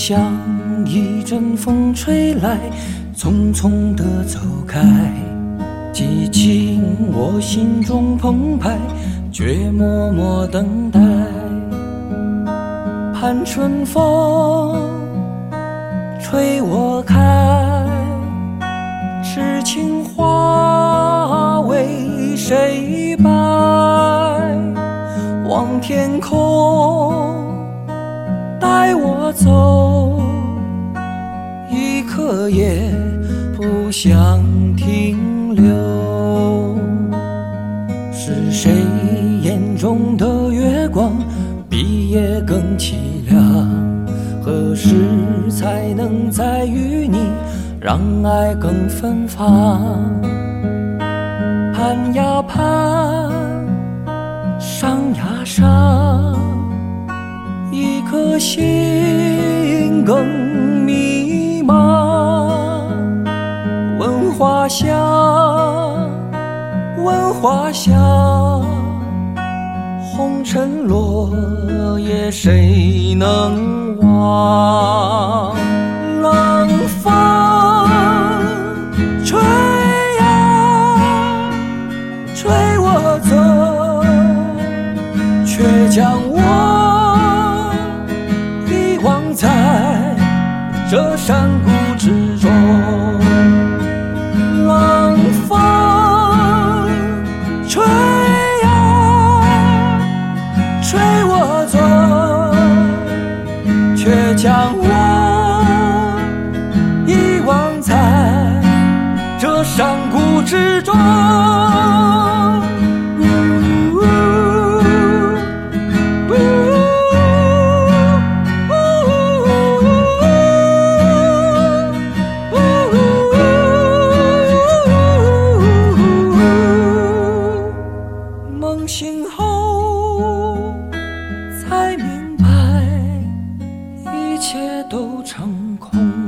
像一阵风吹来，匆匆地走开。激情我心中澎湃，却默默等待。盼春风吹我开，痴情花为谁败？望天空带我走，一刻也不想停留。是谁眼中的月光比夜更凄凉？何时才能再与你让爱更芬芳？盼呀盼，伤呀伤，一颗心更迷茫。问花香，问花香，红尘落叶谁能忘？冷风吹呀吹我走，却将我遗忘在这山谷之中。冷风吹呀吹我走，却将我遗忘在这山谷之中。梦醒后才明白，一切都成空。